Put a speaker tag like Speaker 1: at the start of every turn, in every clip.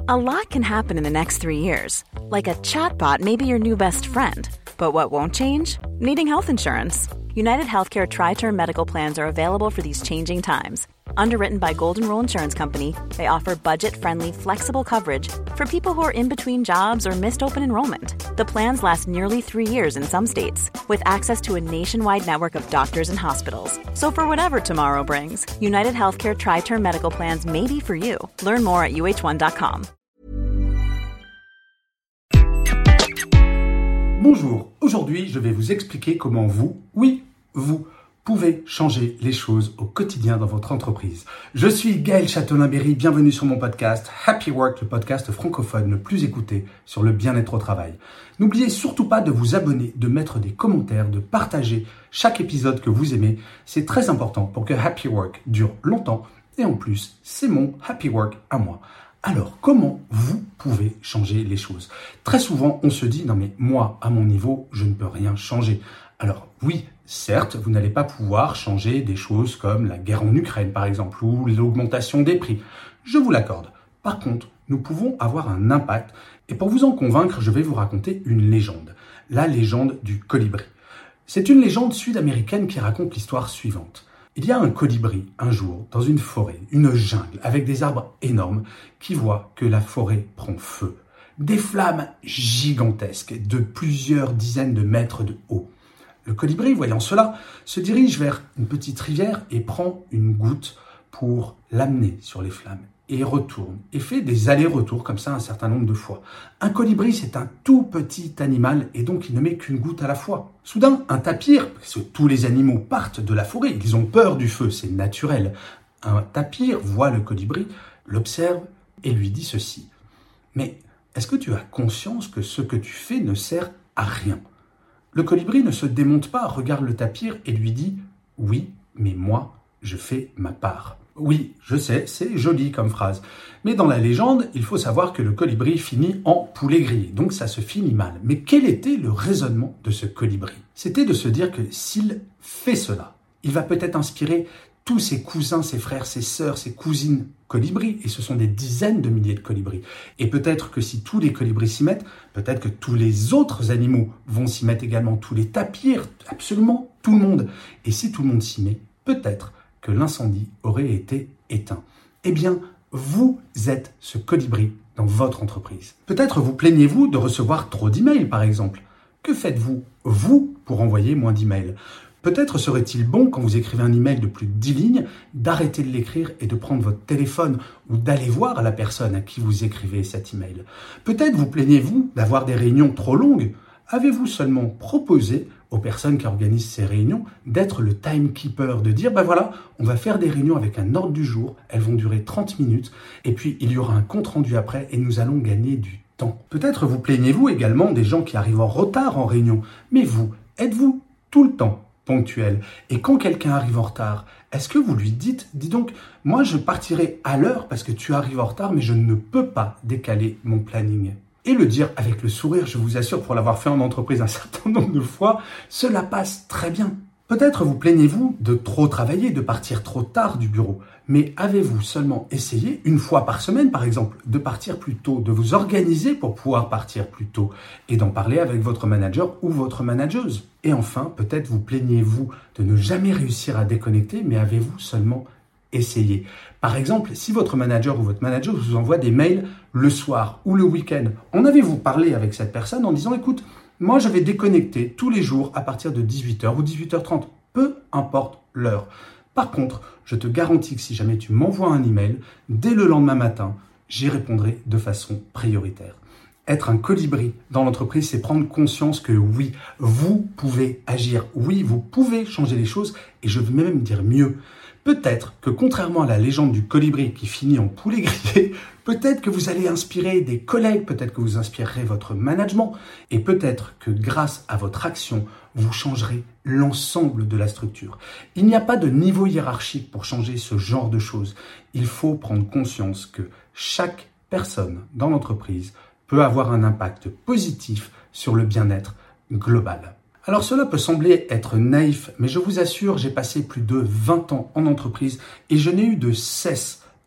Speaker 1: A lot can happen in the next 3 years. Like a chatbot may be your new best friend. But what won't change? Needing health insurance. United Healthcare Tri-Term Medical Plans are available for these changing times. Underwritten by Golden Rule Insurance Company, they offer budget-friendly, flexible coverage for people who are in between jobs or missed open enrollment. The plans last nearly 3 years in some states, with access to a nationwide network of doctors and hospitals. So for whatever tomorrow brings, United Healthcare Tri-Term Medical Plans may be for you. Learn more at uh1.com.
Speaker 2: Bonjour, aujourd'hui je vais vous expliquer comment vous pouvez changer les choses au quotidien dans votre entreprise. Je suis Gaël Châtelain-Berry, bienvenue sur mon podcast Happy Work, le podcast francophone le plus écouté sur le bien-être au travail. N'oubliez surtout pas de vous abonner, de mettre des commentaires, de partager chaque épisode que vous aimez. C'est très important pour que Happy Work dure longtemps et en plus, c'est mon Happy Work à moi. Alors, comment vous pouvez changer les choses? Très souvent, on se dit, non mais moi, à mon niveau, je ne peux rien changer. Alors oui, certes, vous n'allez pas pouvoir changer des choses comme la guerre en Ukraine, par exemple, ou l'augmentation des prix. Je vous l'accorde. Par contre, nous pouvons avoir un impact. Et pour vous en convaincre, je vais vous raconter une légende. La légende du colibri. C'est une légende sud-américaine qui raconte l'histoire suivante. Il y a un colibri, un jour, dans une forêt, une jungle, avec des arbres énormes, qui voit que la forêt prend feu. Des flammes gigantesques, de plusieurs dizaines de mètres de haut. Le colibri, voyant cela, se dirige vers une petite rivière et prend une goutte pour l'amener sur les flammes. Et retourne, et fait des allers-retours comme ça un certain nombre de fois. Un colibri, c'est un tout petit animal, et donc il ne met qu'une goutte à la fois. Soudain, un tapir, parce que tous les animaux partent de la forêt, ils ont peur du feu, c'est naturel. Un tapir voit le colibri, l'observe, et lui dit ceci. Mais est-ce que tu as conscience que ce que tu fais ne sert à rien? Le colibri ne se démonte pas, regarde le tapir et lui dit « Oui, mais moi, je fais ma part ». Oui, je sais, c'est joli comme phrase. Mais dans la légende, il faut savoir que le colibri finit en poulet grillé, donc ça se finit mal. Mais quel était le raisonnement de ce colibri? C'était de se dire que s'il fait cela, il va peut-être inspirer tous ses cousins, ses frères, ses sœurs, ses cousines colibris, et ce sont des dizaines de milliers de colibris. Et peut-être que si tous les colibris s'y mettent, peut-être que tous les autres animaux vont s'y mettre également, tous les tapirs, absolument tout le monde. Et si tout le monde s'y met, peut-être que l'incendie aurait été éteint. Eh bien, vous êtes ce colibri dans votre entreprise. Peut-être vous plaignez-vous de recevoir trop d'emails, par exemple. Que faites-vous, vous, pour envoyer moins d'emails? Peut-être serait-il bon, quand vous écrivez un email de plus de 10 lignes, d'arrêter de l'écrire et de prendre votre téléphone ou d'aller voir la personne à qui vous écrivez cet email. Peut-être vous plaignez-vous d'avoir des réunions trop longues. Avez-vous seulement proposé aux personnes qui organisent ces réunions d'être le timekeeper, de dire, voilà, on va faire des réunions avec un ordre du jour, elles vont durer 30 minutes, et puis il y aura un compte-rendu après et nous allons gagner du temps. Peut-être vous plaignez-vous également des gens qui arrivent en retard en réunion, mais vous, êtes-vous tout le temps ponctuel? Et quand quelqu'un arrive en retard, est-ce que vous lui dites, dis donc, moi je partirai à l'heure parce que tu arrives en retard, mais je ne peux pas décaler mon planning? Et le dire avec le sourire, je vous assure, pour l'avoir fait en entreprise un certain nombre de fois, cela passe très bien. Peut-être vous plaignez-vous de trop travailler, de partir trop tard du bureau. Mais avez-vous seulement essayé, une fois par semaine par exemple, de partir plus tôt, de vous organiser pour pouvoir partir plus tôt et d'en parler avec votre manager ou votre manageuse? Et enfin, peut-être vous plaignez-vous de ne jamais réussir à déconnecter, mais avez-vous seulement essayez. Par exemple, si votre manager ou votre manager vous envoie des mails le soir ou le week-end, en avez-vous parlé avec cette personne en disant « Écoute, moi je vais déconnecter tous les jours à partir de 18h ou 18h30, peu importe l'heure. Par contre, je te garantis que si jamais tu m'envoies un email, dès le lendemain matin, j'y répondrai de façon prioritaire. » Être un colibri dans l'entreprise, c'est prendre conscience que oui, vous pouvez agir, oui, vous pouvez changer les choses, et je veux même dire mieux. Peut-être que contrairement à la légende du colibri qui finit en poulet grillé, peut-être que vous allez inspirer des collègues, peut-être que vous inspirerez votre management, et peut-être que grâce à votre action, vous changerez l'ensemble de la structure. Il n'y a pas de niveau hiérarchique pour changer ce genre de choses. Il faut prendre conscience que chaque personne dans l'entreprise peut avoir un impact positif sur le bien-être global. Alors cela peut sembler être naïf, mais je vous assure, j'ai passé plus de 20 ans en entreprise et je n'ai eu de cesse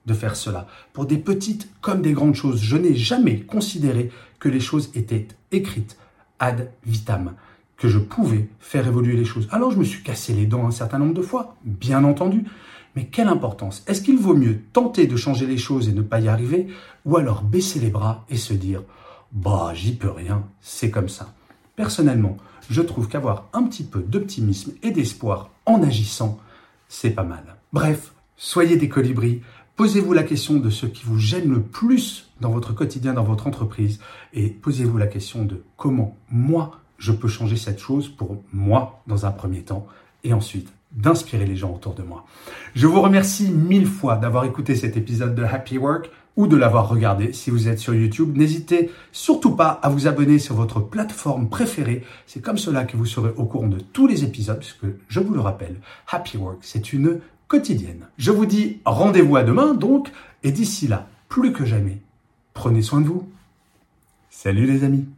Speaker 2: de faire cela. Pour des petites comme des grandes choses, je n'ai jamais considéré que les choses étaient écrites ad vitam, que je pouvais faire évoluer les choses. Alors je me suis cassé les dents un certain nombre de fois, bien entendu, mais quelle importance? Est-ce qu'il vaut mieux tenter de changer les choses et ne pas y arriver, ou alors baisser les bras et se dire « bah, j'y peux rien, c'est comme ça ». Personnellement, je trouve qu'avoir un petit peu d'optimisme et d'espoir en agissant, c'est pas mal. Bref, soyez des colibris, posez-vous la question de ce qui vous gêne le plus dans votre quotidien, dans votre entreprise, et posez-vous la question de comment moi, je peux changer cette chose pour moi dans un premier temps, et ensuite d'inspirer les gens autour de moi. Je vous remercie 1000 fois d'avoir écouté cet épisode de Happy Work ou de l'avoir regardé si vous êtes sur YouTube. N'hésitez surtout pas à vous abonner sur votre plateforme préférée. C'est comme cela que vous serez au courant de tous les épisodes, puisque je vous le rappelle, Happy Work, c'est une quotidienne. Je vous dis rendez-vous à demain donc, et d'ici là, plus que jamais, prenez soin de vous. Salut les amis.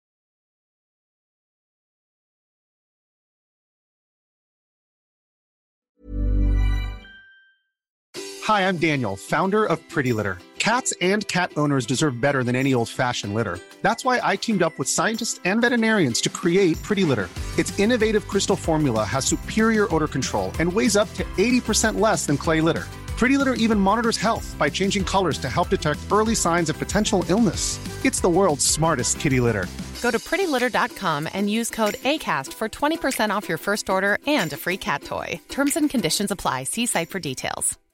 Speaker 3: Hi, I'm Daniel, founder of Pretty Litter. Cats and cat owners deserve better than any old-fashioned litter. That's why I teamed up with scientists and veterinarians to create Pretty Litter. Its innovative crystal formula has superior odor control and weighs up to 80% less than clay litter. Pretty Litter even monitors health by changing colors to help detect early signs of potential illness. It's the world's smartest kitty litter.
Speaker 4: Go to prettylitter.com and use code ACAST for 20% off your first order and a free cat toy. Terms and conditions apply. See site for details.